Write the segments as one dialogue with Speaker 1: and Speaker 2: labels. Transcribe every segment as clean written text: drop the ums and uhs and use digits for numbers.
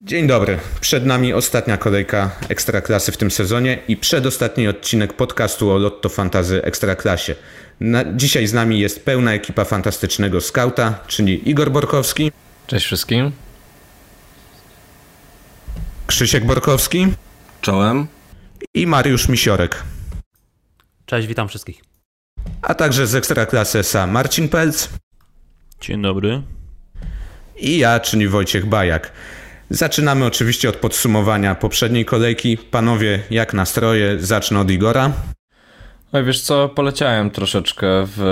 Speaker 1: Dzień dobry. Przed nami ostatnia kolejka Ekstraklasy w tym sezonie i przedostatni odcinek podcastu o Lotto Fantasy Ekstraklasie. Dzisiaj z nami jest pełna ekipa fantastycznego skauta, czyli Igor Borkowski.
Speaker 2: Cześć wszystkim.
Speaker 1: Krzysiek Borkowski.
Speaker 3: Czołem.
Speaker 1: I Mariusz Misiorek.
Speaker 4: Cześć, witam wszystkich.
Speaker 1: A także z Ekstraklasy SA Marcin Pelc.
Speaker 5: Dzień dobry.
Speaker 1: I ja, czyli Wojciech Bajak. Zaczynamy oczywiście od podsumowania poprzedniej kolejki. Panowie, jak nastroje? Zacznę od Igora.
Speaker 2: No wiesz co, poleciałem troszeczkę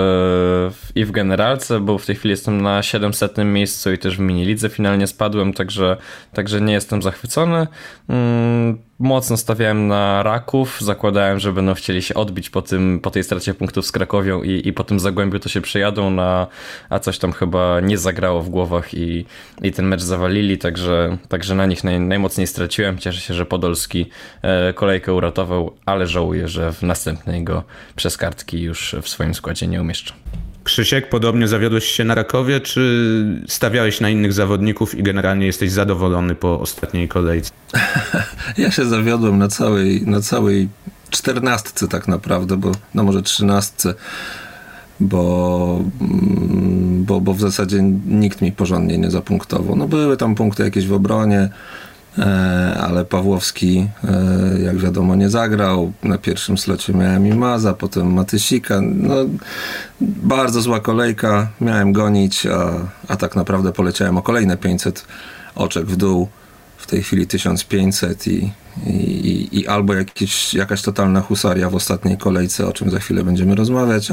Speaker 2: i w generalce, bo w tej chwili jestem na 700 miejscu i też w minilidze finalnie spadłem, także nie jestem zachwycony. Mocno stawiałem na Raków, zakładałem, że będą chcieli się odbić po tej stracie punktów z Krakowią i po tym Zagłębiu to się przejadą, a coś tam chyba nie zagrało w głowach i ten mecz zawalili, także na nich najmocniej straciłem. Cieszę się, że Podolski kolejkę uratował, ale żałuję, że w następnej go przez kartki już w swoim składzie nie umieszczę.
Speaker 1: Krzysiek, podobnie zawiodłeś się na Rakowie, czy stawiałeś na innych zawodników i generalnie jesteś zadowolony po ostatniej kolejce?
Speaker 3: Ja się zawiodłem na całej 14 tak naprawdę, bo może 13, bo w zasadzie nikt mi porządnie nie zapunktował. No były tam punkty jakieś w obronie, ale Pawłowski, jak wiadomo, nie zagrał. Na pierwszym slocie miałem Imaza, potem Matysika. No, bardzo zła kolejka, miałem gonić, a tak naprawdę poleciałem o kolejne 500 oczek w dół. W tej chwili 1500 i albo jakaś totalna husaria w ostatniej kolejce, o czym za chwilę będziemy rozmawiać,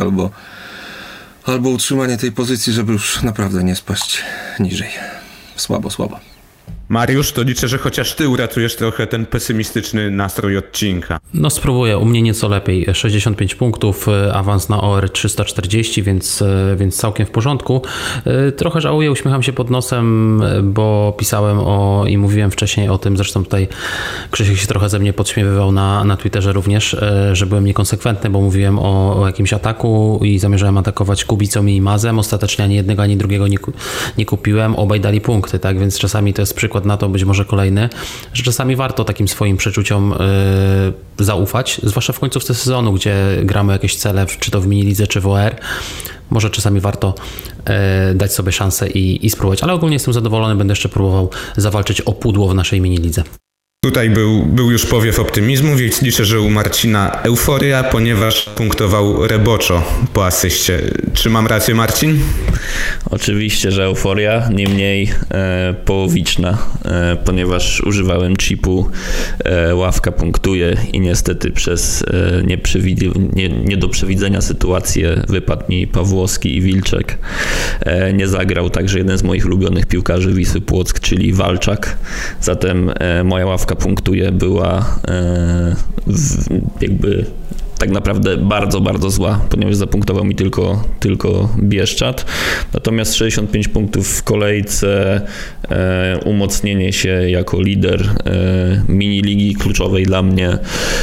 Speaker 3: albo utrzymanie tej pozycji, żeby już naprawdę nie spaść niżej. Słabo.
Speaker 1: Mariusz, to liczę, że chociaż ty uratujesz trochę ten pesymistyczny nastrój odcinka.
Speaker 4: No spróbuję, u mnie nieco lepiej. 65 punktów, awans na OR 340, więc całkiem w porządku. Trochę żałuję, uśmiecham się pod nosem, bo pisałem i mówiłem wcześniej o tym, zresztą tutaj Krzysiek się trochę ze mnie podśmiewywał na Twitterze również, że byłem niekonsekwentny, bo mówiłem o jakimś ataku i zamierzałem atakować Kubicą i Mazem. Ostatecznie ani jednego, ani drugiego nie kupiłem. Obaj dali punkty, tak? Więc czasami to jest przykład na to, być może kolejny, że czasami warto takim swoim przeczuciom zaufać, zwłaszcza w końcówce sezonu, gdzie gramy jakieś cele, czy to w minilidze, czy w OR. Może czasami warto dać sobie szansę i spróbować, ale ogólnie jestem zadowolony, będę jeszcze próbował zawalczyć o pudło w naszej minilidze.
Speaker 1: Tutaj był już powiew optymizmu, więc liczę, że u Marcina euforia, ponieważ punktował Reboczo po asyście. Czy mam rację, Marcin?
Speaker 5: Oczywiście, że euforia, niemniej połowiczna, ponieważ używałem chipu, ławka punktuje i niestety przez nie do przewidzenia sytuację wypadł mi Pawłowski i Wilczek. Nie zagrał także jeden z moich ulubionych piłkarzy Wisły Płock, czyli Walczak. Zatem moja ławka punktuje była jakby tak naprawdę bardzo, bardzo zła, ponieważ zapunktował mi tylko Bieszczad. Natomiast 65 punktów w kolejce, umocnienie się jako lider mini ligi kluczowej dla mnie,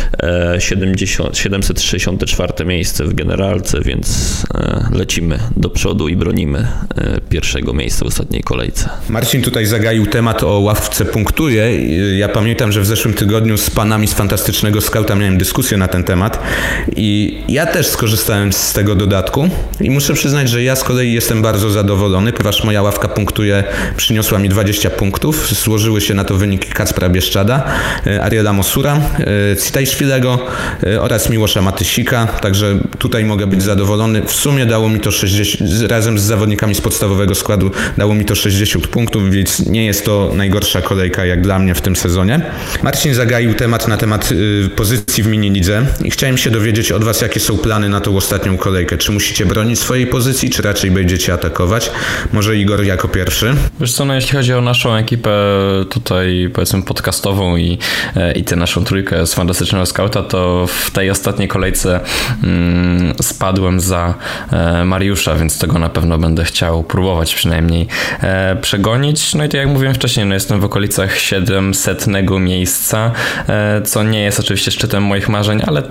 Speaker 5: 764 miejsce w generalce, więc lecimy do przodu i bronimy pierwszego miejsca w ostatniej kolejce.
Speaker 1: Marcin tutaj zagaił temat o ławce punktuje. Ja pamiętam, że w zeszłym tygodniu z panami z Fantastycznego Skauta miałem dyskusję na ten temat i ja też skorzystałem z tego dodatku i muszę przyznać, że ja z kolei jestem bardzo zadowolony, ponieważ moja ławka punktuje przyniosła mi 20 punktów. Złożyły się na to wyniki Kacpra Bieszczada, Ariela Mosura, Citajszwilego oraz Miłosza Matysika, także tutaj mogę być zadowolony. W sumie dało mi to 60, razem z zawodnikami z podstawowego składu dało mi to 60 punktów, więc nie jest to najgorsza kolejka jak dla mnie w tym sezonie. Marcin zagaił na temat pozycji w minilidze i chciałem się dowiedzieć od was, jakie są plany na tą ostatnią kolejkę. Czy musicie bronić swojej pozycji, czy raczej będziecie atakować? Może Igor jako pierwszy.
Speaker 2: Wiesz co, no jeśli chodzi o naszą ekipę tutaj powiedzmy podcastową i tę naszą trójkę z Fantastycznego Skauta, to w tej ostatniej kolejce spadłem za Mariusza, więc tego na pewno będę chciał próbować przynajmniej przegonić. No i tak jak mówiłem wcześniej, no jestem w okolicach 700 miejsca, co nie jest oczywiście szczytem moich marzeń, ale też szanuję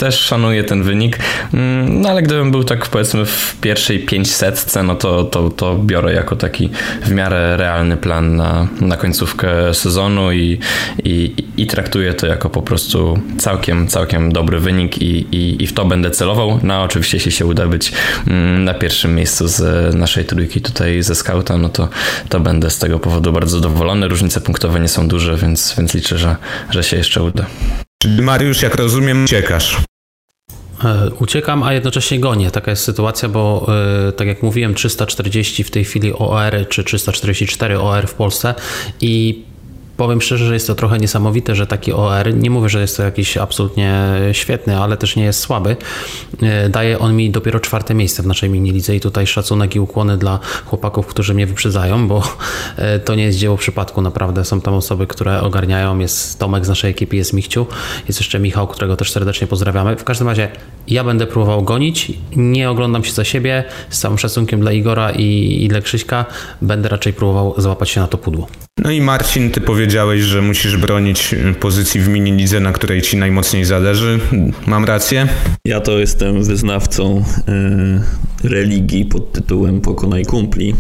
Speaker 2: szanuję ten wynik, no ale gdybym był tak powiedzmy w pierwszej 500, no to biorę jako taki w miarę realny plan na końcówkę sezonu i traktuję to jako po prostu całkiem dobry wynik i w to będę celował. No oczywiście jeśli się uda być na pierwszym miejscu z naszej trójki tutaj ze Skauta, no to będę z tego powodu bardzo zadowolony. Różnice punktowe nie są duże, więc liczę, że się jeszcze uda.
Speaker 1: Czyli Mariusz, jak rozumiem, uciekasz.
Speaker 4: Uciekam, a jednocześnie gonię. Taka jest sytuacja, bo tak jak mówiłem, 340 w tej chwili OR, czy 344 OR w Polsce i powiem szczerze, że jest to trochę niesamowite, że taki OR, nie mówię, że jest to jakiś absolutnie świetny, ale też nie jest słaby, daje on mi dopiero 4. miejsce w naszej minilidze i tutaj szacunek i ukłony dla chłopaków, którzy mnie wyprzedzają, bo to nie jest dzieło przypadku, naprawdę są tam osoby, które ogarniają, jest Tomek z naszej ekipy, jest Michciu, jest jeszcze Michał, którego też serdecznie pozdrawiamy. W każdym razie ja będę próbował gonić, nie oglądam się za siebie, z całym szacunkiem dla Igora i dla Krzyśka, będę raczej próbował złapać się na to pudło.
Speaker 1: No i Marcin, ty powiedziałeś, że musisz bronić pozycji w minilidze, na której ci najmocniej zależy. Mam rację?
Speaker 5: Ja to jestem wyznawcą religii pod tytułem Pokonaj kumpli.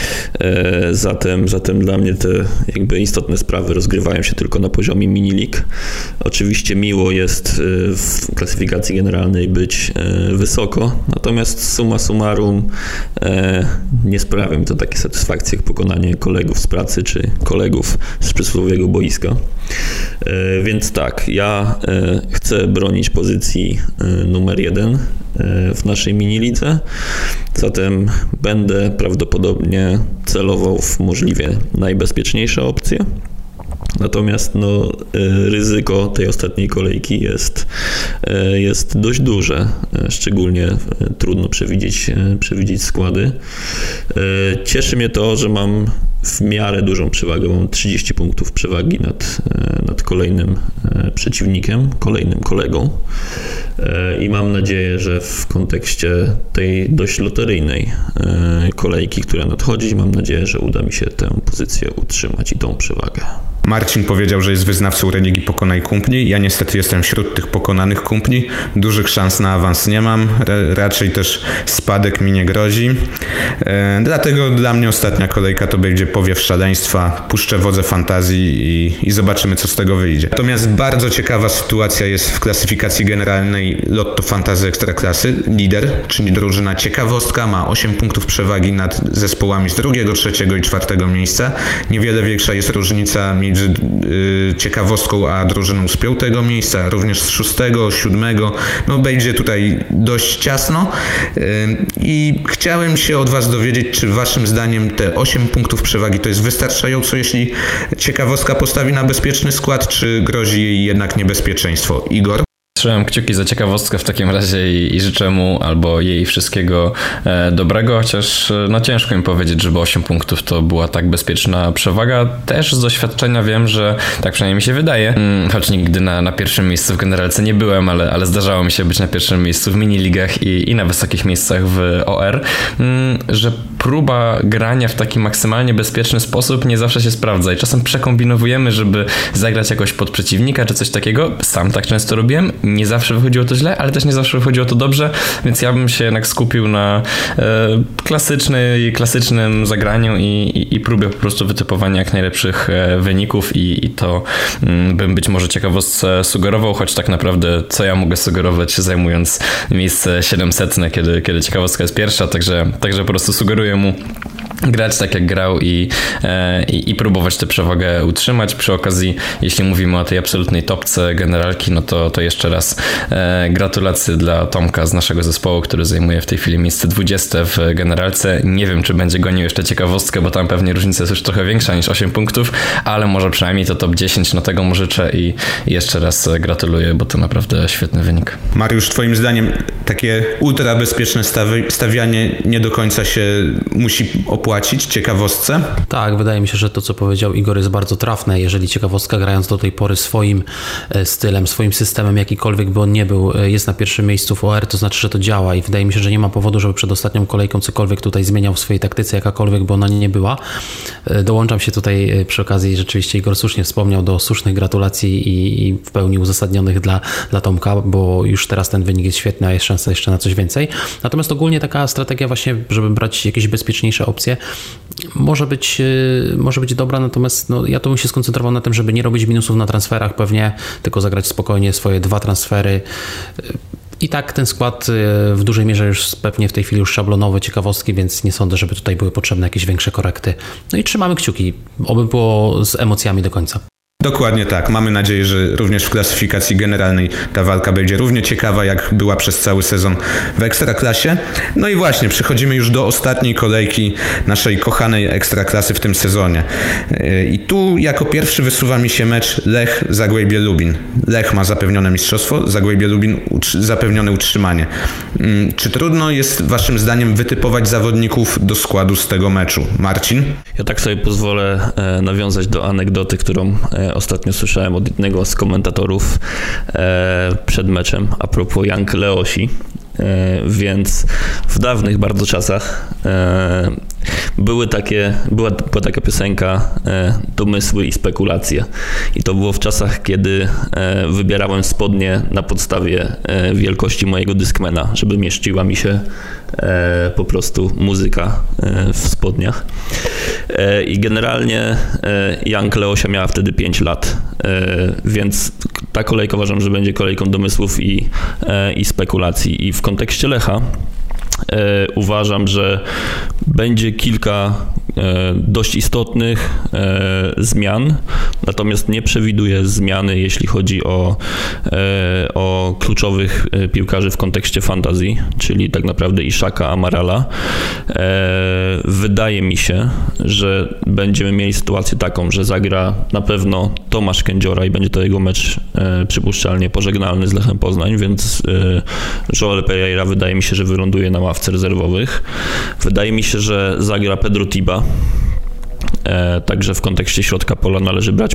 Speaker 5: Zatem dla mnie te jakby istotne sprawy rozgrywają się tylko na poziomie mini-lig. Oczywiście miło jest w klasyfikacji generalnej być wysoko, natomiast summa summarum nie sprawia mi to takiej satysfakcji jak pokonanie kolegów z pracy czy kolegów z przysłowiowego boiska. Więc tak, ja chcę bronić pozycji numer 1 w naszej mini-lidze, zatem będę prawdopodobnie celował w możliwie najbezpieczniejsze opcje. Natomiast ryzyko tej ostatniej kolejki jest dość duże, szczególnie trudno przewidzieć składy. Cieszy mnie to, że mam w miarę dużą przewagę, mam 30 punktów przewagi nad kolejnym przeciwnikiem, kolejnym kolegą i mam nadzieję, że w kontekście tej dość loteryjnej kolejki, która nadchodzi, mam nadzieję, że uda mi się tę pozycję utrzymać i tą przewagę.
Speaker 1: Marcin powiedział, że jest wyznawcą religii Pokonaj kumpli. Ja niestety jestem wśród tych pokonanych kumpli. Dużych szans na awans nie mam. Raczej też spadek mi nie grozi. Dlatego dla mnie ostatnia kolejka to będzie powiew szaleństwa. Puszczę wodze fantazji i zobaczymy, co z tego wyjdzie. Natomiast bardzo ciekawa sytuacja jest w klasyfikacji generalnej Lotto Fantasy Ekstraklasy. Lider, czyli drużyna Ciekawostka, ma 8 punktów przewagi nad zespołami z 2., 3. i 4. miejsca. Niewiele większa jest różnica między Ciekawostką a drużyną z 5. miejsca, również z 6., 7. No będzie tutaj dość ciasno i chciałem się od Was dowiedzieć, czy Waszym zdaniem te 8 punktów przewagi to jest wystarczająco, jeśli Ciekawostka postawi na bezpieczny skład, czy grozi jej jednak niebezpieczeństwo? Igor?
Speaker 2: Trzymam kciuki za Ciekawostkę w takim razie i życzę mu albo jej wszystkiego dobrego, chociaż no ciężko mi powiedzieć, żeby 8 punktów to była tak bezpieczna przewaga. Też z doświadczenia wiem, że tak przynajmniej mi się wydaje, choć nigdy na pierwszym miejscu w generalce nie byłem, ale zdarzało mi się być na pierwszym miejscu w miniligach i na wysokich miejscach w OR, że próba grania w taki maksymalnie bezpieczny sposób nie zawsze się sprawdza i czasem przekombinowujemy, żeby zagrać jakoś pod przeciwnika czy coś takiego. Sam tak często robiłem. Nie zawsze wychodziło to źle, ale też nie zawsze wychodziło to dobrze, więc ja bym się jednak skupił na klasycznym zagraniu i próbie po prostu wytypowania jak najlepszych wyników i to bym być może Ciekawostce sugerował, choć tak naprawdę co ja mogę sugerować, zajmując miejsce 700, kiedy Ciekawostka jest pierwsza, także po prostu sugeruję mu grać tak jak grał i próbować tę przewagę utrzymać. Przy okazji, jeśli mówimy o tej absolutnej topce generalki, no to jeszcze raz gratulacje dla Tomka z naszego zespołu, który zajmuje w tej chwili miejsce 20 w generalce. Nie wiem, czy będzie gonił jeszcze Ciekawostkę, bo tam pewnie różnica jest już trochę większa niż 8 punktów, ale może przynajmniej to top 10, no tego mu życzę i jeszcze raz gratuluję, bo to naprawdę świetny wynik.
Speaker 1: Mariusz, twoim zdaniem takie ultra bezpieczne stawianie nie do końca się musi opłacić ciekawostce?
Speaker 4: Tak, wydaje mi się, że to, co powiedział Igor, jest bardzo trafne. Jeżeli ciekawostka, grając do tej pory swoim stylem, swoim systemem, jakikolwiek by on nie był, jest na pierwszym miejscu w OR, to znaczy, że to działa i wydaje mi się, że nie ma powodu, żeby przed ostatnią kolejką cokolwiek tutaj zmieniał w swojej taktyce, jakakolwiek by ona nie była. Dołączam się tutaj przy okazji, rzeczywiście Igor słusznie wspomniał, do słusznych gratulacji i w pełni uzasadnionych dla Tomka, bo już teraz ten wynik jest świetny, a jest szansa jeszcze na coś więcej. Natomiast ogólnie taka strategia właśnie, żeby brać jakieś bezpieczniejsze opcje, może być dobra, natomiast ja to bym się skoncentrował na tym, żeby nie robić minusów na transferach pewnie, tylko zagrać spokojnie swoje 2 transfery. I tak ten skład w dużej mierze już pewnie w tej chwili już szablonowe ciekawostki, więc nie sądzę, żeby tutaj były potrzebne jakieś większe korekty. No i trzymamy kciuki, oby było z emocjami do końca.
Speaker 1: Dokładnie tak. Mamy nadzieję, że również w klasyfikacji generalnej ta walka będzie równie ciekawa, jak była przez cały sezon w Ekstraklasie. No i właśnie, przechodzimy już do ostatniej kolejki naszej kochanej Ekstraklasy w tym sezonie. I tu jako pierwszy wysuwa mi się mecz Lech-Zagłębie Lubin. Lech ma zapewnione mistrzostwo, Zagłębie Lubin zapewnione utrzymanie. Czy trudno jest waszym zdaniem wytypować zawodników do składu z tego meczu? Marcin?
Speaker 5: Ja tak sobie pozwolę nawiązać do anegdoty, którą ostatnio słyszałem od jednego z komentatorów przed meczem a propos Jank Leosi. Więc w dawnych bardzo czasach była taka piosenka Domysły i spekulacje. I to było w czasach, kiedy wybierałem spodnie na podstawie wielkości mojego Discmana, żeby mieściła mi się po prostu muzyka w spodniach. I generalnie Jank Leosia miała wtedy 5 lat, więc ta kolejka uważam, że będzie kolejką domysłów i spekulacji. I w kontekście Lecha uważam, że będzie kilka dość istotnych zmian, natomiast nie przewiduję zmiany, jeśli chodzi o kluczowych piłkarzy w kontekście fantazji, czyli tak naprawdę Iszaka, Amarala. Wydaje mi się, że będziemy mieli sytuację taką, że zagra na pewno Tomasz Kędziora i będzie to jego mecz przypuszczalnie pożegnalny z Lechem Poznań, więc Joel Pereira wydaje mi się, że wyląduje na ławce rezerwowych. Wydaje mi się, że zagra Pedro Tiba. Także w kontekście środka pola należy brać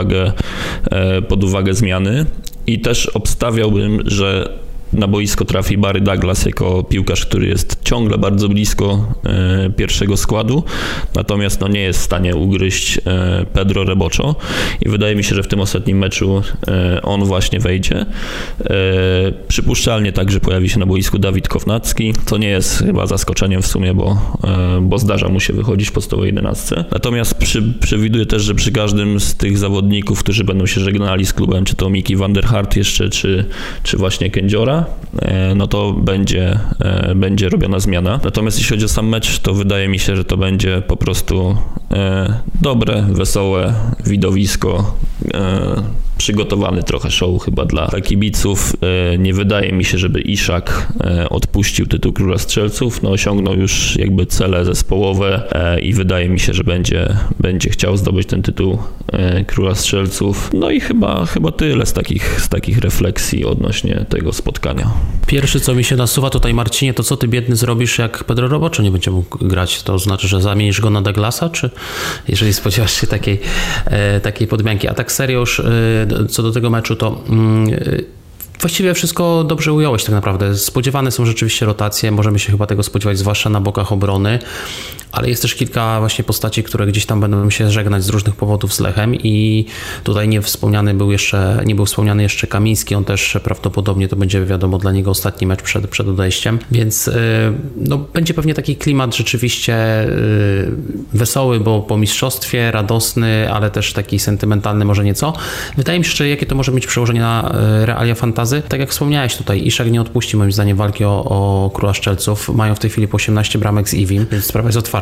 Speaker 5: pod uwagę zmiany i też obstawiałbym, że na boisko trafi Barry Douglas jako piłkarz, który jest ciągle bardzo blisko pierwszego składu, natomiast nie jest w stanie ugryźć Pedro Reboczo i wydaje mi się, że w tym ostatnim meczu on właśnie wejdzie. Przypuszczalnie także pojawi się na boisku Dawid Kownacki, co nie jest chyba zaskoczeniem w sumie, bo zdarza mu się wychodzić w podstawowej 11. Natomiast przewiduję też, że przy każdym z tych zawodników, którzy będą się żegnali z klubem, czy to Miki van der Hart jeszcze, czy właśnie Kędziora, no to będzie robiona zmiana. Natomiast jeśli chodzi o sam mecz, to wydaje mi się, że to będzie po prostu dobre, wesołe widowisko, przygotowany trochę show chyba dla kibiców. Nie wydaje mi się, żeby Iszak odpuścił tytuł Króla Strzelców. Osiągnął już jakby cele zespołowe i wydaje mi się, że będzie chciał zdobyć ten tytuł Króla Strzelców. No i chyba tyle z takich refleksji odnośnie tego spotkania.
Speaker 4: Pierwsze, co mi się nasuwa tutaj, Marcinie, to co ty biedny zrobisz, jak Pedro Reboczo nie będzie mógł grać? To znaczy, że zamienisz go na Douglasa, czy jeżeli spodziewasz się takiej podmianki? A tak serio już co do tego meczu, to właściwie wszystko dobrze ująłeś tak naprawdę. Spodziewane są rzeczywiście rotacje, możemy się chyba tego spodziewać, zwłaszcza na bokach obrony, ale jest też kilka właśnie postaci, które gdzieś tam będą się żegnać z różnych powodów z Lechem i tutaj nie był wspomniany jeszcze Kamiński, on też prawdopodobnie to będzie, wiadomo, dla niego ostatni mecz przed odejściem, więc będzie pewnie taki klimat rzeczywiście wesoły, bo po mistrzostwie, radosny, ale też taki sentymentalny może nieco. Wydaje mi się, że jakie to może mieć przełożenie na realia fantasy. Tak jak wspomniałeś tutaj, Iszak nie odpuści moim zdaniem walki o Króla Strzelców. Mają w tej chwili po 18 bramek z Iwim, więc sprawa jest otwarta.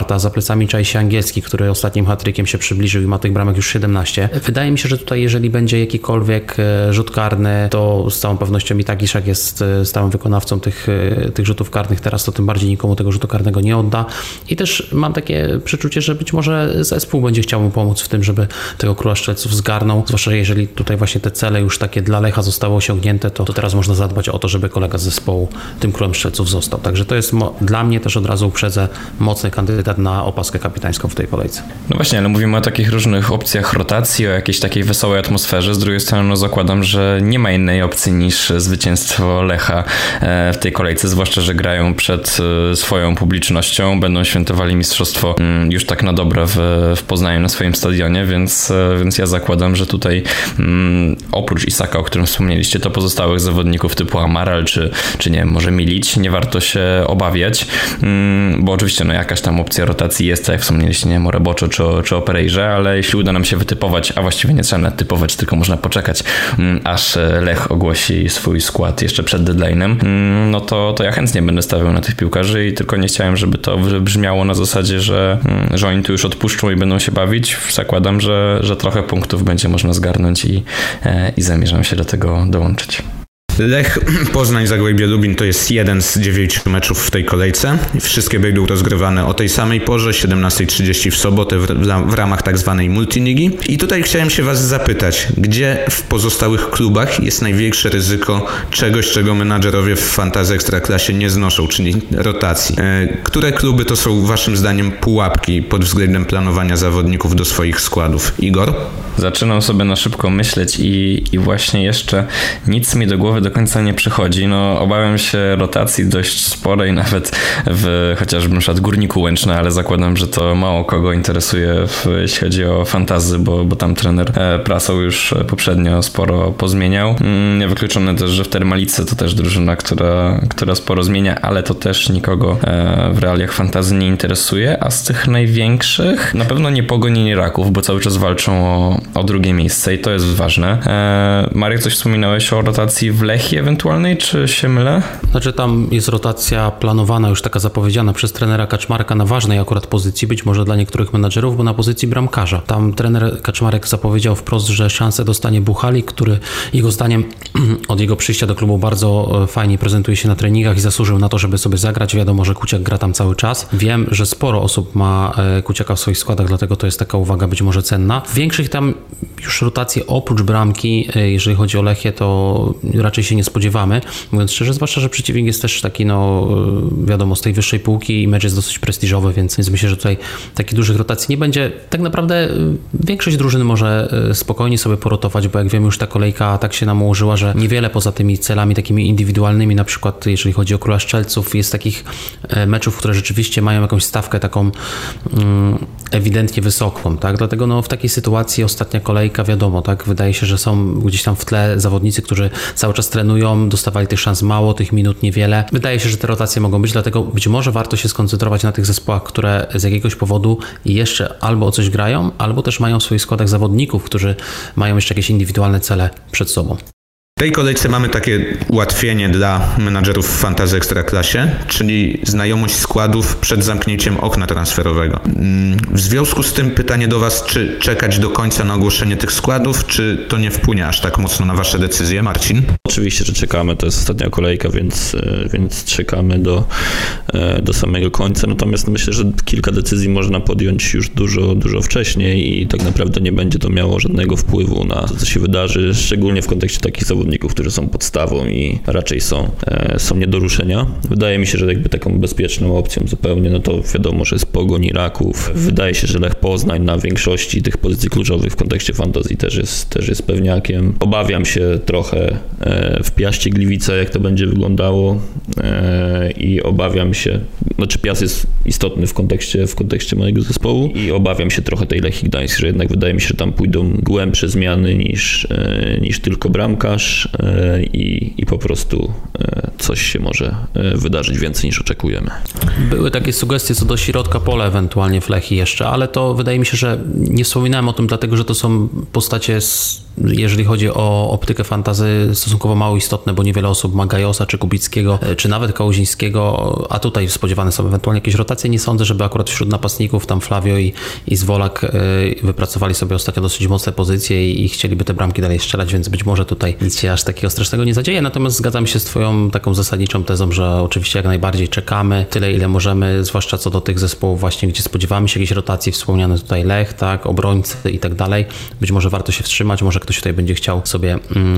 Speaker 4: 4, za plecami czai się Angielski, który ostatnim hat-trickiem się przybliżył i ma tych bramek już 17. Wydaje mi się, że tutaj jeżeli będzie jakikolwiek rzut karny, to z całą pewnością i tak Iszak jest stałym wykonawcą tych rzutów karnych, teraz to tym bardziej nikomu tego rzutu karnego nie odda i też mam takie przeczucie, że być może zespół będzie chciał mu pomóc w tym, żeby tego Króla Strzelców zgarnął, zwłaszcza jeżeli tutaj właśnie te cele już takie dla Lecha zostały osiągnięte, to teraz można zadbać o to, żeby kolega z zespołu tym Królem Strzelców został. Także to jest dla mnie też od razu uprzedzę mocny kandydat na opaskę kapitańską w tej kolejce.
Speaker 2: No właśnie, ale mówimy o takich różnych opcjach rotacji, o jakiejś takiej wesołej atmosferze. Z drugiej strony no zakładam, że nie ma innej opcji niż zwycięstwo Lecha w tej kolejce, zwłaszcza, że grają przed swoją publicznością, będą świętowali mistrzostwo już tak na dobre w Poznaniu na swoim stadionie, więc ja zakładam, że tutaj oprócz Isaka, o którym wspomnieliście, to pozostałych zawodników typu Amaral czy nie wiem, może Milić, nie warto się obawiać, bo oczywiście no jakaś tam opcja rotacji jest, tak jak wspomnieliście, nie wiem, o Reboczo czy o Perejrze, ale jeśli uda nam się wytypować, a właściwie nie trzeba nawet typować, tylko można poczekać, aż Lech ogłosi swój skład jeszcze przed deadline'em, no to ja chętnie będę stawiał na tych piłkarzy i tylko nie chciałem, żeby to brzmiało na zasadzie, że oni tu już odpuszczą i będą się bawić. Zakładam, że trochę punktów będzie można zgarnąć i zamierzam się do tego dołączyć.
Speaker 1: Lech Poznań Zagłębie Lubin to jest jeden z 9 meczów w tej kolejce. Wszystkie będą rozgrywane o tej samej porze, 17:30 w sobotę w ramach tak zwanej multiligi. I tutaj chciałem się was zapytać, gdzie w pozostałych klubach jest największe ryzyko czegoś, czego menadżerowie w Fantasy Ekstraklasie nie znoszą, czyli rotacji. Które kluby to są waszym zdaniem pułapki pod względem planowania zawodników do swoich składów? Igor?
Speaker 2: Zaczynam sobie na szybko myśleć i właśnie jeszcze nic mi do głowy do końca nie przychodzi. No, obawiam się rotacji dość sporej, nawet w chociażby na przykład Górniku Łęczna, ale zakładam, że to mało kogo interesuje, jeśli chodzi o fantasy, bo tam trener Prasą już poprzednio sporo pozmieniał. Niewykluczone też, że w Termalice to też drużyna, która sporo zmienia, ale to też nikogo w realiach fantasy nie interesuje, a z tych największych na pewno nie Pogoń, nie Raków, bo cały czas walczą o drugie miejsce i to jest ważne. Marek, coś wspominałeś o rotacji w Lechii ewentualnej, czy się mylę?
Speaker 4: Znaczy tam jest rotacja planowana, już taka zapowiedziana przez trenera Kaczmarka na ważnej akurat pozycji, być może dla niektórych menadżerów, bo na pozycji bramkarza. Tam trener Kaczmarek zapowiedział wprost, że szansę dostanie Buchalik, który jego zdaniem od jego przyjścia do klubu bardzo fajnie prezentuje się na treningach i zasłużył na to, żeby sobie zagrać. Wiadomo, że Kuciak gra tam cały czas. Wiem, że sporo osób ma Kuciaka w swoich składach, dlatego to jest taka uwaga być może cenna. W większych tam już rotacji oprócz bramki, jeżeli chodzi o Lechię, to raczej się nie spodziewamy, mówiąc szczerze, zwłaszcza, że przeciwnik jest też taki, no wiadomo, z tej wyższej półki i mecz jest dosyć prestiżowy, więc myślę, że tutaj takich dużych rotacji nie będzie. Tak naprawdę większość drużyn może spokojnie sobie porotować, bo jak wiemy, już ta kolejka tak się nam ułożyła, że niewiele poza tymi celami takimi indywidualnymi, na przykład jeżeli chodzi o Króla Strzelców, jest takich meczów, które rzeczywiście mają jakąś stawkę taką ewidentnie wysoką, tak? Dlatego no w takiej sytuacji ostatnia kolejka, wiadomo, tak? Wydaje się, że są gdzieś tam w tle zawodnicy, którzy cały czas trenują, dostawali tych szans mało, tych minut niewiele. Wydaje się, że te rotacje mogą być, dlatego być może warto się skoncentrować na tych zespołach, które z jakiegoś powodu jeszcze albo o coś grają, albo też mają w swoich składach zawodników, którzy mają jeszcze jakieś indywidualne cele przed sobą.
Speaker 1: W tej kolejce mamy takie ułatwienie dla menadżerów w Fantasy Ekstraklasie, czyli znajomość składów przed zamknięciem okna transferowego. W związku z tym pytanie do was, czy czekać do końca na ogłoszenie tych składów, czy to nie wpłynie aż tak mocno na wasze decyzje? Marcin?
Speaker 5: Oczywiście, że czekamy, to jest ostatnia kolejka, więc czekamy do samego końca, natomiast myślę, że kilka decyzji można podjąć już dużo wcześniej i tak naprawdę nie będzie to miało żadnego wpływu na to, co się wydarzy, szczególnie w kontekście takich zawodników, którzy są podstawą i raczej są nie do ruszenia. Wydaje mi się, że jakby taką bezpieczną opcją zupełnie, no to wiadomo, że jest Pogoń i Raków. Wydaje się, że Lech Poznań na większości tych pozycji kluczowych w kontekście fantazji też jest pewniakiem. Obawiam się trochę w Piaście Gliwice, jak to będzie wyglądało i obawiam się, znaczy Piast jest istotny w kontekście mojego zespołu i obawiam się trochę tej Lechii Gdańsk, że jednak wydaje mi się, że tam pójdą głębsze zmiany niż tylko bramkarz i po prostu coś się może wydarzyć więcej niż oczekujemy.
Speaker 4: Były takie sugestie co do środka pola ewentualnie w Lechii jeszcze, ale to wydaje mi się, że nie wspominałem o tym dlatego, że to są postacie jeżeli chodzi o optykę fantasy, stosunkowo mało istotne, bo niewiele osób ma Gajosa, czy Kubickiego, czy nawet Kałuzińskiego, a tutaj spodziewane są ewentualnie jakieś rotacje. Nie sądzę, żeby akurat wśród napastników tam Flavio i Zwolak wypracowali sobie ostatnio dosyć mocne pozycje i chcieliby te bramki dalej strzelać, więc być może tutaj nic się aż takiego strasznego nie zadzieje. Natomiast zgadzam się z twoją taką zasadniczą tezą, że oczywiście jak najbardziej czekamy tyle, ile możemy, zwłaszcza co do tych zespołów właśnie, gdzie spodziewamy się jakiejś rotacji, wspomniany tutaj Lech, tak, obrońcy i tak dalej. Być może warto się wstrzymać, może ktoś tutaj będzie chciał sobie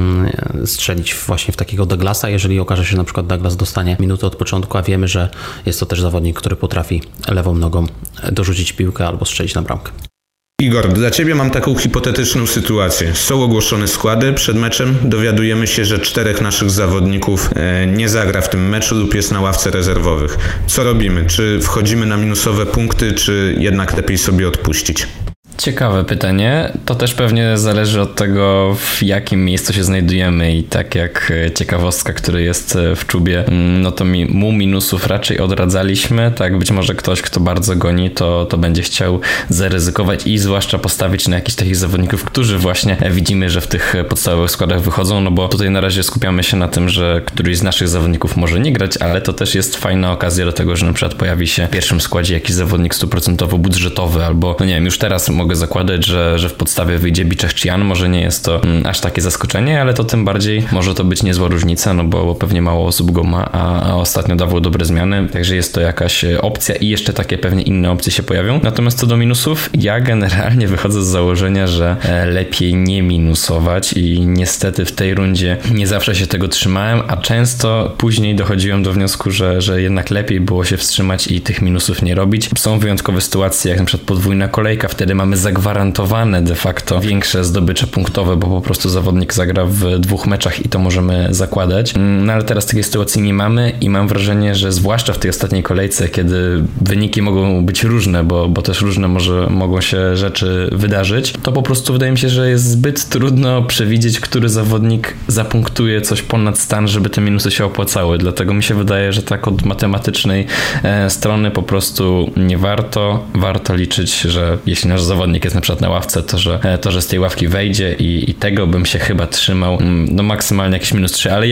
Speaker 4: strzelić właśnie w takiego Douglasa, jeżeli okaże się, że na przykład Douglas dostanie minutę od początku, a wiemy, że jest to też zawodnik, który potrafi lewą nogą dorzucić piłkę albo strzelić na bramkę.
Speaker 1: Igor, dla Ciebie mam taką hipotetyczną sytuację. Są ogłoszone składy przed meczem, dowiadujemy się, że 4 naszych zawodników nie zagra w tym meczu lub jest na ławce rezerwowych. Co robimy? Czy wchodzimy na minusowe punkty, czy jednak lepiej sobie odpuścić?
Speaker 2: Ciekawe pytanie. To też pewnie zależy od tego, w jakim miejscu się znajdujemy i tak jak ciekawostka, który jest w czubie, no to mu minusów raczej odradzaliśmy. Tak, być może ktoś, kto bardzo goni, to będzie chciał zaryzykować i zwłaszcza postawić na jakichś takich zawodników, którzy właśnie widzimy, że w tych podstawowych składach wychodzą, no bo tutaj na razie skupiamy się na tym, że któryś z naszych zawodników może nie grać, ale to też jest fajna okazja do tego, że na przykład pojawi się w pierwszym składzie jakiś zawodnik 100% budżetowy albo, no nie wiem, już teraz mogę zakładać, że w podstawie wyjdzie Biczech czy Jan. Może nie jest to aż takie zaskoczenie, ale to tym bardziej może to być niezła różnica, no bo pewnie mało osób go ma, a ostatnio dawał dobre zmiany, także jest to jakaś opcja i jeszcze takie pewnie inne opcje się pojawią. Natomiast co do minusów, ja generalnie wychodzę z założenia, że lepiej nie minusować i niestety w tej rundzie nie zawsze się tego trzymałem, a często później dochodziłem do wniosku, że jednak lepiej było się wstrzymać i tych minusów nie robić. Są wyjątkowe sytuacje, jak na przykład podwójna kolejka, wtedy mamy zagwarantowane de facto większe zdobycze punktowe, bo po prostu zawodnik zagra w 2 meczach i to możemy zakładać. No ale teraz takiej sytuacji nie mamy i mam wrażenie, że zwłaszcza w tej ostatniej kolejce, kiedy wyniki mogą być różne, bo też różne mogą się rzeczy wydarzyć, to po prostu wydaje mi się, że jest zbyt trudno przewidzieć, który zawodnik zapunktuje coś ponad stan, żeby te minusy się opłacały. Dlatego mi się wydaje, że tak od matematycznej strony po prostu nie warto. Warto liczyć, że jeśli nasz zawodnik jest na przykład na ławce, to że z tej ławki wejdzie i tego bym się chyba trzymał, no maksymalnie jakieś -3, ale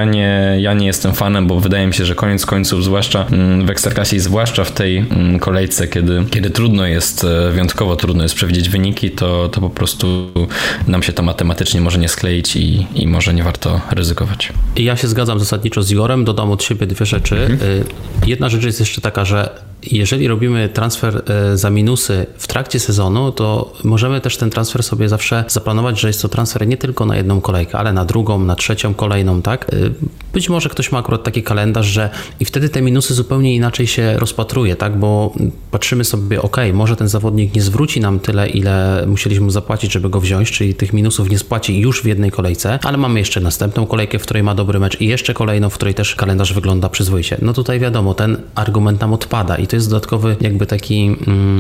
Speaker 2: ja nie jestem fanem, bo wydaje mi się, że koniec końców, zwłaszcza w Ekstraklasie i zwłaszcza w tej kolejce, kiedy wyjątkowo trudno jest przewidzieć wyniki, to po prostu nam się to matematycznie może nie skleić i może nie warto ryzykować.
Speaker 4: Ja się zgadzam zasadniczo z Igorem, dodam od siebie 2 rzeczy. Jedna rzecz jest jeszcze taka, że jeżeli robimy transfer za minusy w trakcie sezonu, to możemy też ten transfer sobie zawsze zaplanować, że jest to transfer nie tylko na 1 kolejkę, ale na 2, na 3, kolejną, tak? Być może ktoś ma akurat taki kalendarz, że i wtedy te minusy zupełnie inaczej się rozpatruje, tak? Bo patrzymy sobie, może ten zawodnik nie zwróci nam tyle, ile musieliśmy mu zapłacić, żeby go wziąć, czyli tych minusów nie spłaci już w 1 kolejce, ale mamy jeszcze następną kolejkę, w której ma dobry mecz i jeszcze kolejną, w której też kalendarz wygląda przyzwoicie. No tutaj wiadomo, ten argument nam odpada i to jest dodatkowy jakby taki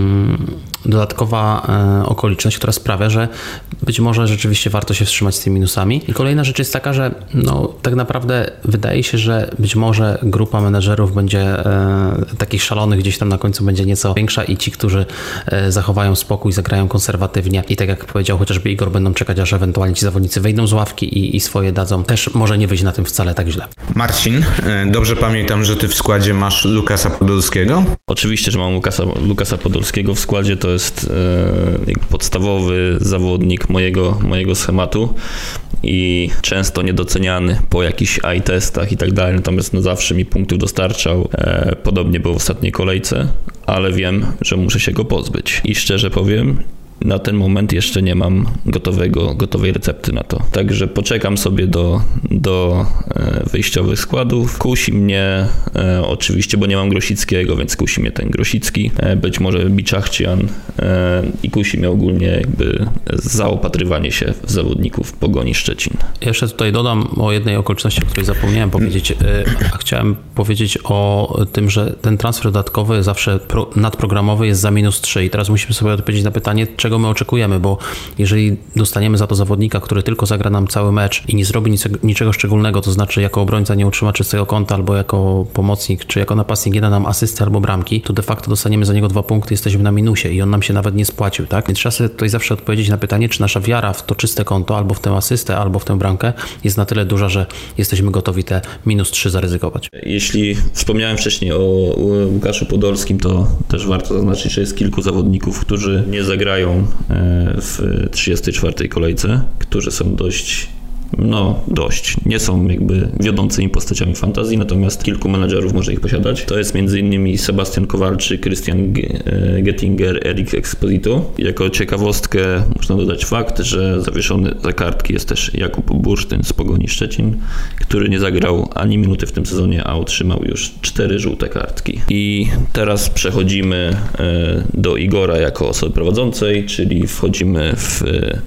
Speaker 4: dodatkowa okoliczność, która sprawia, że być może rzeczywiście warto się wstrzymać z tymi minusami. I kolejna rzecz jest taka, że tak naprawdę wydaje się, że być może grupa menedżerów będzie takich szalonych gdzieś tam na końcu będzie nieco większa i ci, którzy zachowają spokój, zagrają konserwatywnie i tak jak powiedział chociażby Igor, będą czekać, aż ewentualnie ci zawodnicy wyjdą z ławki i swoje dadzą. Też może nie wyjść na tym wcale tak źle.
Speaker 1: Marcin, dobrze pamiętam, że ty w składzie masz Lukasa Podolskiego?
Speaker 5: Oczywiście, że mam Lukasa Podolskiego w składzie, to jest podstawowy zawodnik mojego schematu i często niedoceniany po jakichś eye-testach i tak dalej, natomiast zawsze mi punktów dostarczał. Podobnie było w ostatniej kolejce, ale wiem, że muszę się go pozbyć. I szczerze powiem, na ten moment jeszcze nie mam gotowej recepty na to. Także poczekam sobie do wyjściowych składów. Kusi mnie oczywiście, bo nie mam Grosickiego, więc kusi mnie ten Grosicki, być może Biczachcian i kusi mnie ogólnie jakby zaopatrywanie się w zawodników Pogoni Szczecin.
Speaker 4: Jeszcze tutaj dodam o jednej okoliczności, o której zapomniałem powiedzieć, a chciałem powiedzieć o tym, że ten transfer dodatkowy zawsze nadprogramowy jest za -3 i teraz musimy sobie odpowiedzieć na pytanie, czego czego my oczekujemy, bo jeżeli dostaniemy za to zawodnika, który tylko zagra nam cały mecz i nie zrobi niczego szczególnego, to znaczy jako obrońca nie utrzyma czystego konta, albo jako pomocnik, czy jako napastnik nie da nam asysty albo bramki, to de facto dostaniemy za niego 2 punkty, jesteśmy na minusie i on nam się nawet nie spłacił, tak? Więc trzeba sobie tutaj zawsze odpowiedzieć na pytanie, czy nasza wiara w to czyste konto, albo w tę asystę, albo w tę bramkę jest na tyle duża, że jesteśmy gotowi te -3 zaryzykować.
Speaker 5: Jeśli wspomniałem wcześniej o Łukaszu Podolskim, to też warto zaznaczyć, że jest kilku zawodników, którzy nie zagrają w 34. kolejce, którzy są dość, nie są jakby wiodącymi postaciami fantazji, natomiast kilku menedżerów może ich posiadać. To jest m.in. Sebastian Kowalczyk, Christian Gettinger, Eric Exposito. Jako ciekawostkę można dodać fakt, że zawieszony za kartki jest też Jakub Bursztyn z Pogoni Szczecin, który nie zagrał ani minuty w tym sezonie, a otrzymał już 4 żółte kartki. I teraz przechodzimy do Igora jako osoby prowadzącej, czyli wchodzimy w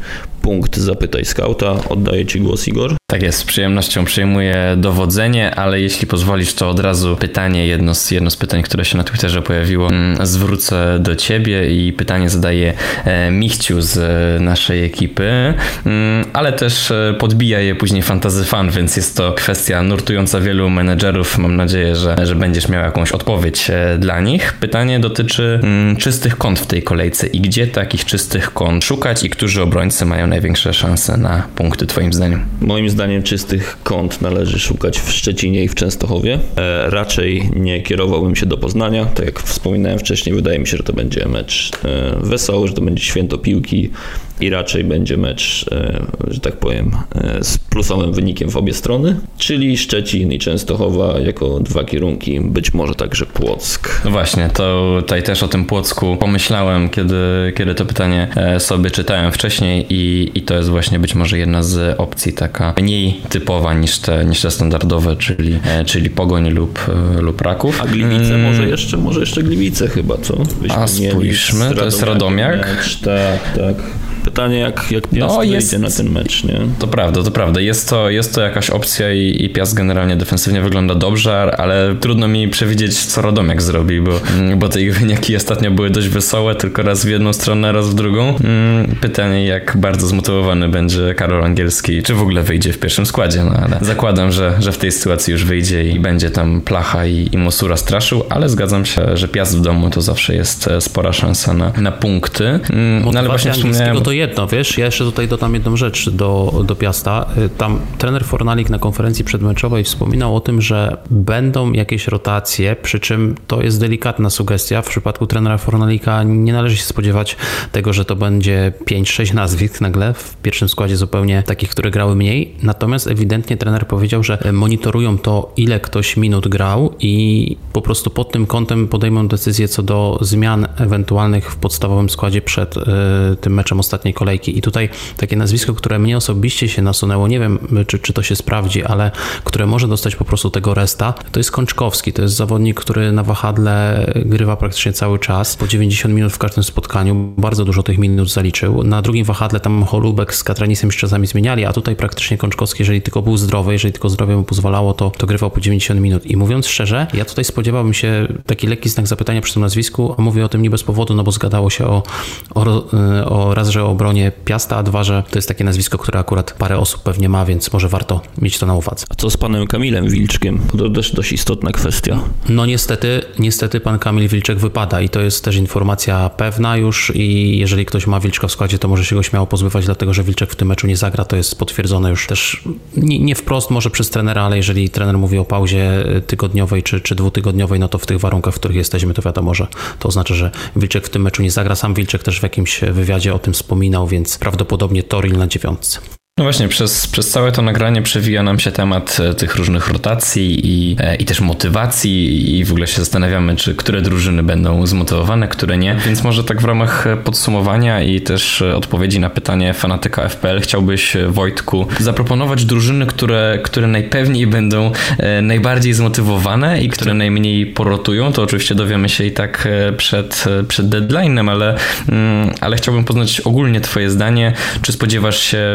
Speaker 5: punkt Zapytaj Skauta. Oddaję Ci głos, Igor.
Speaker 2: Tak jest, z przyjemnością przejmuję dowodzenie, ale jeśli pozwolisz, to od razu pytanie, jedno z pytań, które się na Twitterze pojawiło, zwrócę do Ciebie i pytanie zadaje Michciu z naszej ekipy, ale też podbija je później Fantasy Fan, więc jest to kwestia nurtująca wielu menedżerów. Mam nadzieję, że będziesz miał jakąś odpowiedź dla nich. Pytanie dotyczy czystych kont w tej kolejce i gdzie takich czystych kont szukać i którzy obrońcy mają największe szanse na punkty Twoim zdaniem?
Speaker 5: Moim zdaniem czystych kont należy szukać w Szczecinie i w Częstochowie. Raczej nie kierowałbym się do Poznania. Tak jak wspominałem wcześniej, wydaje mi się, że to będzie mecz wesoły, że to będzie święto piłki i raczej będzie mecz, że tak powiem, z plusowym wynikiem w obie strony, czyli Szczecin i Częstochowa jako 2 kierunki, być może także Płock.
Speaker 2: No właśnie, to tutaj też o tym Płocku pomyślałem, kiedy to pytanie sobie czytałem wcześniej i to jest właśnie być może jedna z opcji taka mniej typowa niż te standardowe, czyli Pogoń lub Raków.
Speaker 5: A Gliwice może jeszcze Gliwice chyba, co?
Speaker 2: A spójrzmy, to jest Radomiak.
Speaker 5: Mecz, tak. Pytanie, jak Piast wyjdzie na ten mecz, nie?
Speaker 2: To prawda. Jest to jakaś opcja i Piast generalnie defensywnie wygląda dobrze, ale trudno mi przewidzieć, co Radomiak zrobi, bo te ich wyniki ostatnio były dość wesołe, tylko raz w jedną stronę, raz w drugą. Pytanie, jak bardzo zmotywowany będzie Karol Angielski, czy w ogóle wyjdzie w pierwszym składzie, no ale zakładam, że w tej sytuacji już wyjdzie i będzie tam Placha i Mosura straszył, ale zgadzam się, że Piast w domu to zawsze jest spora szansa na punkty.
Speaker 4: No ale właśnie wspomniałem... to jedno, wiesz, ja jeszcze tutaj dodam jedną rzecz do Piasta. Tam trener Fornalik na konferencji przedmeczowej wspominał o tym, że będą jakieś rotacje, przy czym to jest delikatna sugestia. W przypadku trenera Fornalika nie należy się spodziewać tego, że to będzie 5-6 nazwisk nagle w pierwszym składzie zupełnie takich, które grały mniej. Natomiast ewidentnie trener powiedział, że monitorują to, ile ktoś minut grał i po prostu pod tym kątem podejmą decyzję co do zmian ewentualnych w podstawowym składzie przed tym meczem ostatniej kolejki. I tutaj takie nazwisko, które mnie osobiście się nasunęło, nie wiem, czy to się sprawdzi, ale które może dostać po prostu tego resta, to jest Kączkowski. To jest zawodnik, który na wahadle grywa praktycznie cały czas, po 90 minut w każdym spotkaniu. Bardzo dużo tych minut zaliczył. Na drugim wahadle tam Holubek z Katranisem jeszcze czasami zmieniali, a tutaj praktycznie Kączkowski, jeżeli tylko był zdrowy, jeżeli tylko zdrowie mu pozwalało, to grywał po 90 minut. I mówiąc szczerze, ja tutaj spodziewałbym się taki lekki znak zapytania przy tym nazwisku, a mówię o tym nie bez powodu, no bo zgadało się o raz, że o obronie Piasta, a dwa, że to jest takie nazwisko, które akurat parę osób pewnie ma, więc może warto mieć to na uwadze.
Speaker 5: A co z panem Kamilem Wilczkiem? To też dość istotna kwestia.
Speaker 4: No niestety pan Kamil Wilczek wypada i to jest też informacja pewna już i jeżeli ktoś ma Wilczka w składzie, to może się go śmiało pozbywać, dlatego że Wilczek w tym meczu nie zagra, to jest potwierdzone już też nie wprost może przez trenera, ale jeżeli trener mówi o pauzie tygodniowej czy dwutygodniowej, no to w tych warunkach, w których jesteśmy, to wiadomo, że to oznacza, że Wilczek w tym meczu nie zagra. Sam Wilczek też w jakimś wywiadzie o tym wspominał, więc prawdopodobnie Toril na 9.
Speaker 2: No właśnie, przez całe to nagranie przewija nam się temat tych różnych rotacji i też motywacji i w ogóle się zastanawiamy, które drużyny będą zmotywowane, które nie. Więc może tak w ramach podsumowania i też odpowiedzi na pytanie fanatyka FPL chciałbyś, Wojtku, zaproponować drużyny, które najpewniej będą najbardziej zmotywowane i które najmniej porotują. To oczywiście dowiemy się i tak przed deadline'em, ale chciałbym poznać ogólnie twoje zdanie. Czy spodziewasz się faktycznie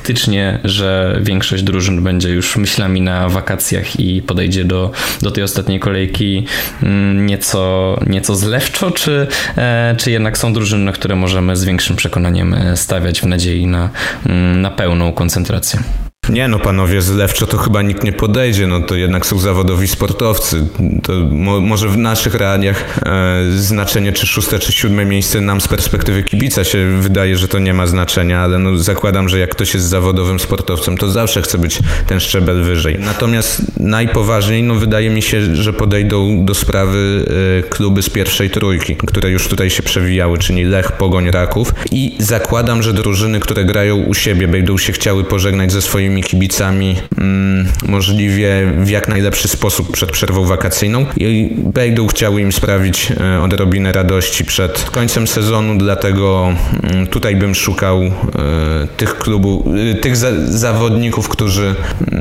Speaker 2: faktycznie, że większość drużyn będzie już myślami na wakacjach i podejdzie do tej ostatniej kolejki nieco zlewczo, czy jednak są drużyny, na które możemy z większym przekonaniem stawiać w nadziei na pełną koncentrację?
Speaker 1: Nie no panowie, zlewczo to chyba nikt nie podejdzie, no to jednak są zawodowi sportowcy. To może w naszych realiach znaczenie czy 6. czy 7. miejsce nam z perspektywy kibica się wydaje, że to nie ma znaczenia, ale no zakładam, że jak ktoś jest zawodowym sportowcem, to zawsze chce być ten szczebel wyżej. Natomiast najpoważniej, no wydaje mi się, że podejdą do sprawy kluby z pierwszej trójki, które już tutaj się przewijały, czyli Lech, Pogoń, Raków, i zakładam, że drużyny, które grają u siebie, będą się chciały pożegnać ze swoimi kibicami możliwie w jak najlepszy sposób przed przerwą wakacyjną i będą chciały im sprawić odrobinę radości przed końcem sezonu, dlatego tutaj bym szukał tych zawodników, którzy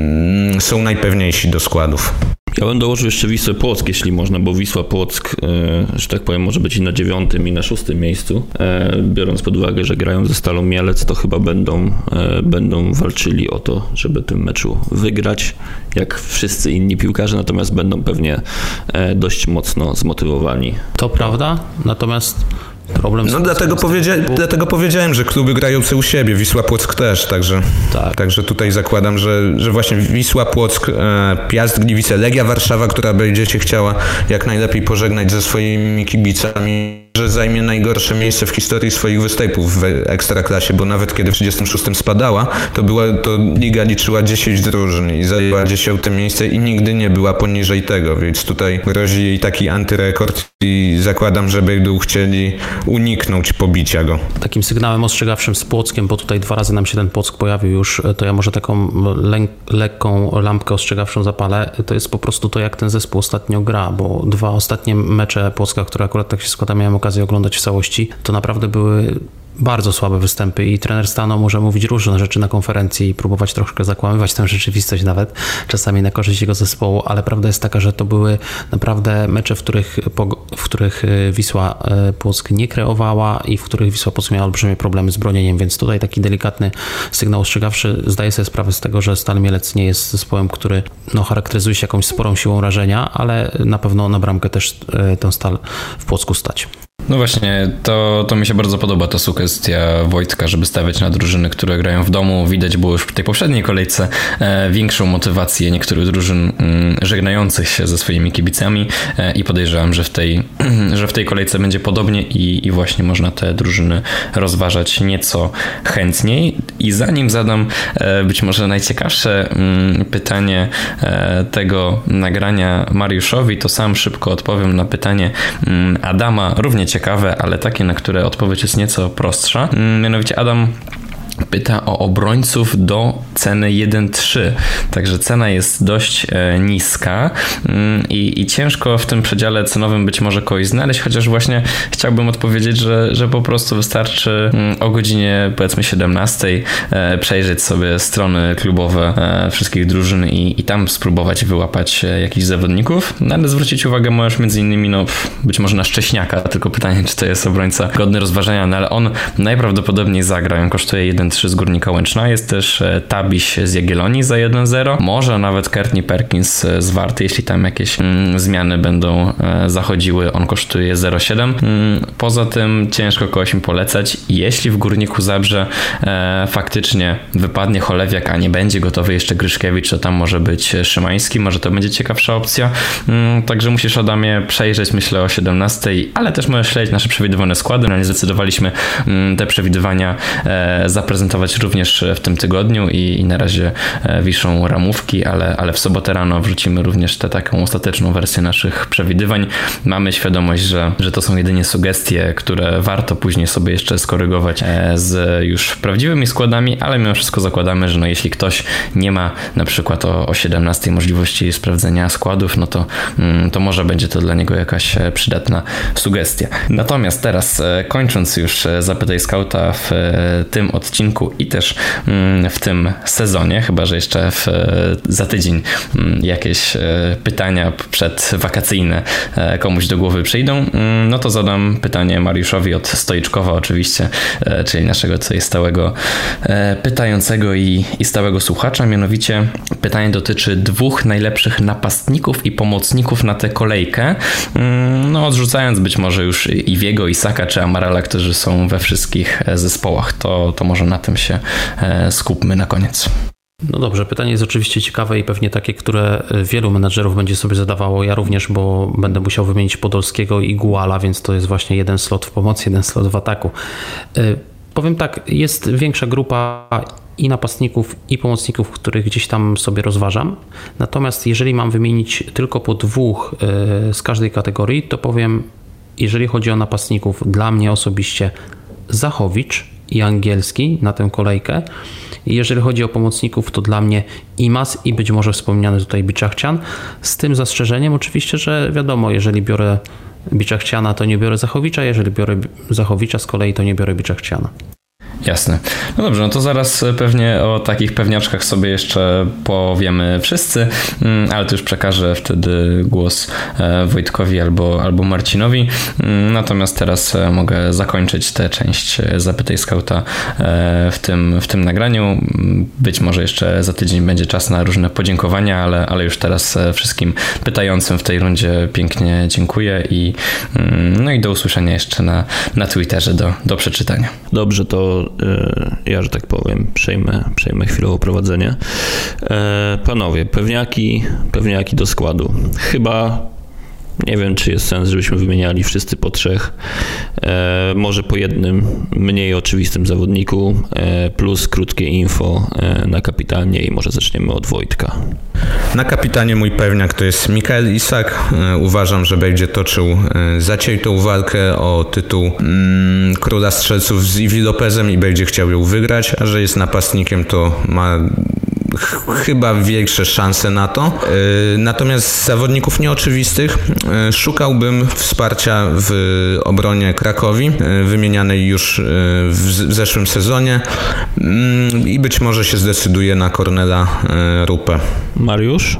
Speaker 1: są najpewniejsi do składów.
Speaker 5: Ja bym dołożył jeszcze Wisłę Płock, jeśli można, bo Wisła Płock, że tak powiem, może być i na 9. i na 6. miejscu. Biorąc pod uwagę, że grają ze Stalą Mielec, to chyba będą walczyli o to, żeby tym meczu wygrać, jak wszyscy inni piłkarze, natomiast będą pewnie dość mocno zmotywowani. To prawda, natomiast problem...
Speaker 1: No dlatego powiedziałem, że kluby grające u siebie, Wisła Płock też, także tutaj zakładam, że właśnie Wisła Płock, Piast Gliwice, Legia Warszawa, która będzie się chciała jak najlepiej pożegnać ze swoimi kibicami, że zajmie najgorsze miejsce w historii swoich występów w Ekstraklasie, bo nawet kiedy w 36 spadała, to liga liczyła 10 drużyn i zajęła 10. miejsce i nigdy nie była poniżej tego, więc tutaj grozi jej taki antyrekord i zakładam, że będą chcieli uniknąć pobicia go.
Speaker 4: Takim sygnałem ostrzegawczym z Płockiem, bo tutaj 2 razy nam się ten Płock pojawił już, to ja może taką lekką lampkę ostrzegawczą zapalę, to jest po prostu to, jak ten zespół ostatnio gra, bo 2 ostatnie mecze Płocka, które akurat tak się składa, miałem okazję oglądać w całości, to naprawdę były bardzo słabe występy i trener Stano może mówić różne rzeczy na konferencji i próbować troszkę zakłamywać tę rzeczywistość nawet, czasami na korzyść jego zespołu, ale prawda jest taka, że to były naprawdę mecze, w których Wisła Płock nie kreowała i w których Wisła Płock miała olbrzymie problemy z bronieniem, więc tutaj taki delikatny sygnał ostrzegawczy. Zdaję sobie sprawę z tego, że Stal Mielec nie jest zespołem, który charakteryzuje się jakąś sporą siłą rażenia, ale na pewno na bramkę też tę Stal w Płocku stać.
Speaker 2: No właśnie, to mi się bardzo podoba ta sugestia Wojtka, żeby stawiać na drużyny, które grają w domu. Widać było już w tej poprzedniej kolejce większą motywację niektórych drużyn żegnających się ze swoimi kibicami i podejrzewam, że w tej kolejce będzie podobnie i właśnie można te drużyny rozważać nieco chętniej. I zanim zadam być może najciekawsze pytanie tego nagrania Mariuszowi, to sam szybko odpowiem na pytanie Adama, równie ciekawe, ale takie, na które odpowiedź jest nieco prostsza. Mianowicie Adam pyta o obrońców do ceny 1,3. Także cena jest dość niska i ciężko w tym przedziale cenowym być może kogoś znaleźć, chociaż właśnie chciałbym odpowiedzieć, że po prostu wystarczy o godzinie powiedzmy 17 przejrzeć sobie strony klubowe wszystkich drużyn i tam spróbować wyłapać jakichś zawodników. No ale zwrócić uwagę możesz między innymi być może na Szcześniaka, tylko pytanie, czy to jest obrońca godny rozważania, no ale on najprawdopodobniej zagra, on kosztuje 1,3 z Górnika Łęczna, jest też Tabiś z Jagiellonii za 1,0, może nawet Courtney Perkins z Warty, jeśli tam jakieś zmiany będą zachodziły, on kosztuje 0,7. Poza tym ciężko kogoś mi polecać. Jeśli w Górniku Zabrze faktycznie wypadnie Cholewiak, a nie będzie gotowy jeszcze Gryszkiewicz, to tam może być Szymański, może to będzie ciekawsza opcja. Także musisz, Adamie, przejrzeć, myślę, o 17, ale też możesz śledzić nasze przewidywane składy. No nie zdecydowaliśmy te przewidywania zaprezentować również w tym tygodniu i na razie wiszą ramówki, ale w sobotę rano wrzucimy również taką ostateczną wersję naszych przewidywań. Mamy świadomość, że to są jedynie sugestie, które warto później sobie jeszcze skorygować z już prawdziwymi składami, ale mimo wszystko zakładamy, że jeśli ktoś nie ma na przykład o 17 możliwości sprawdzenia składów, no to może będzie to dla niego jakaś przydatna sugestia. Natomiast teraz, kończąc już Zapytaj Skauta w tym odcinku, odcinku i też w tym sezonie, chyba że jeszcze za tydzień jakieś pytania przedwakacyjne komuś do głowy przyjdą, no to zadam pytanie Mariuszowi od Stoiczkowa oczywiście, czyli naszego tutaj stałego pytającego i stałego słuchacza. Mianowicie pytanie dotyczy 2 najlepszych napastników i pomocników na tę kolejkę. No odrzucając być może już Iwiego, Isaka czy Amarala, którzy są we wszystkich zespołach, to może na tym się skupmy na koniec.
Speaker 4: No dobrze, pytanie jest oczywiście ciekawe i pewnie takie, które wielu menadżerów będzie sobie zadawało, ja również, bo będę musiał wymienić Podolskiego i Guala, więc to jest właśnie jeden slot w pomocy, jeden slot w ataku. Powiem tak, jest większa grupa i napastników, i pomocników, których gdzieś tam sobie rozważam. Natomiast jeżeli mam wymienić tylko po 2 z każdej kategorii, to powiem, jeżeli chodzi o napastników, dla mnie osobiście Zachowicz i Angielski na tę kolejkę. I jeżeli chodzi o pomocników, to dla mnie Imaz i być może wspomniany tutaj Biczachcian. Z tym zastrzeżeniem oczywiście, że wiadomo, jeżeli biorę Biczachciana, to nie biorę Zachowicza, jeżeli biorę Zachowicza z kolei, to nie biorę Biczachciana.
Speaker 2: Jasne. No dobrze, no to zaraz pewnie o takich pewniaczkach sobie jeszcze powiemy wszyscy, ale to już przekażę wtedy głos Wojtkowi albo Marcinowi. Natomiast teraz mogę zakończyć tę część Zapytaj Skauta w tym nagraniu. Być może jeszcze za tydzień będzie czas na różne podziękowania, ale już teraz wszystkim pytającym w tej rundzie pięknie dziękuję i do usłyszenia jeszcze na Twitterze do przeczytania.
Speaker 5: Dobrze, to ja, że tak powiem, przejmę chwilowo prowadzenie. Panowie, pewniaki do składu. Chyba nie wiem, czy jest sens, żebyśmy wymieniali wszyscy po 3. Może po jednym mniej oczywistym zawodniku, plus krótkie info na kapitanie i może zaczniemy od Wojtka.
Speaker 1: Na kapitanie mój pewniak to jest Mikael Isak. Uważam, że będzie toczył zaciętą walkę o tytuł króla strzelców z Iwi Lopezem i będzie chciał ją wygrać, a że jest napastnikiem, to ma chyba większe szanse na to. Natomiast z zawodników nieoczywistych szukałbym wsparcia w obronie Krakowi, wymienianej już w zeszłym sezonie i być może się zdecyduje na Kornela Rupę.
Speaker 5: Mariusz?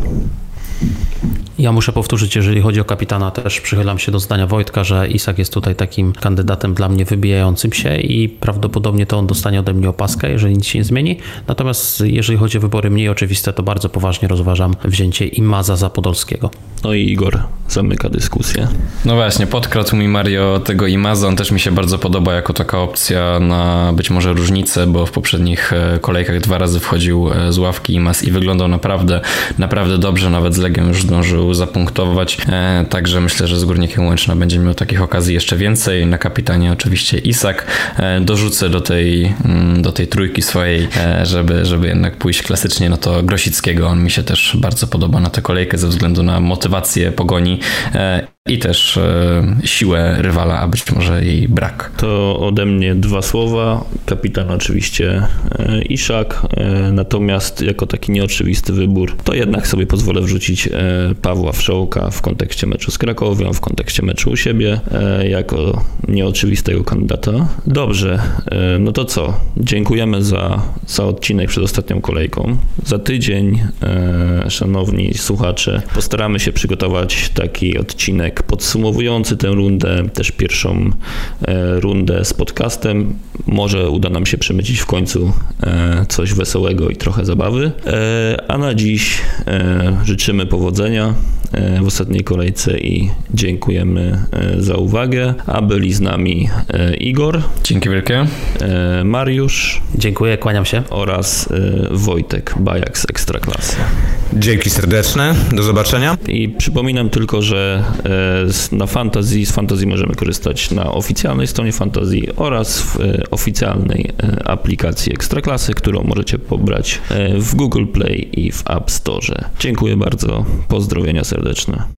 Speaker 4: Ja muszę powtórzyć, jeżeli chodzi o kapitana, też przychylam się do zdania Wojtka, że Isak jest tutaj takim kandydatem dla mnie wybijającym się i prawdopodobnie to on dostanie ode mnie opaskę, jeżeli nic się nie zmieni. Natomiast jeżeli chodzi o wybory mniej oczywiste, to bardzo poważnie rozważam wzięcie Imaza za Podolskiego.
Speaker 5: No i Igor zamyka dyskusję.
Speaker 2: No właśnie, podkradł mi Mario tego Imaza, on też mi się bardzo podoba jako taka opcja na być może różnicę, bo w poprzednich kolejkach 2 razy wchodził z ławki Imaz i wyglądał naprawdę dobrze, nawet z Legią już zdążył zapunktować, także myślę, że z Górnikiem Łęczna będzie miał takich okazji jeszcze więcej. Na kapitanie oczywiście Isak. Dorzucę do tej trójki swojej, żeby jednak pójść klasycznie, no to Grosickiego, on mi się też bardzo podoba na tę kolejkę ze względu na motywację Pogoni i też siłę rywala, a być może jej brak.
Speaker 5: To ode mnie 2 słowa. Kapitan oczywiście Iszak, natomiast jako taki nieoczywisty wybór, to jednak sobie pozwolę wrzucić Pawła Wszołka w kontekście meczu z Krakowią, w kontekście meczu u siebie, jako nieoczywistego kandydata. Dobrze, no to co? Dziękujemy za odcinek przed ostatnią kolejką. Za tydzień, szanowni słuchacze, postaramy się przygotować taki odcinek podsumowujący tę rundę, też pierwszą rundę z podcastem. Może uda nam się przemycić w końcu coś wesołego i trochę zabawy. A na dziś życzymy powodzenia w ostatniej kolejce i dziękujemy za uwagę. A byli z nami Igor.
Speaker 2: Dzięki wielkie.
Speaker 5: Mariusz.
Speaker 4: Dziękuję, kłaniam się.
Speaker 5: Oraz Wojtek Bajak z Ekstraklasy.
Speaker 1: Dzięki serdeczne, do zobaczenia.
Speaker 5: I przypominam tylko, że z Fantazji możemy korzystać na oficjalnej stronie Fantazji oraz w oficjalnej aplikacji Ekstraklasy, którą możecie pobrać w Google Play i w App Store. Dziękuję bardzo, pozdrowienia serdeczne.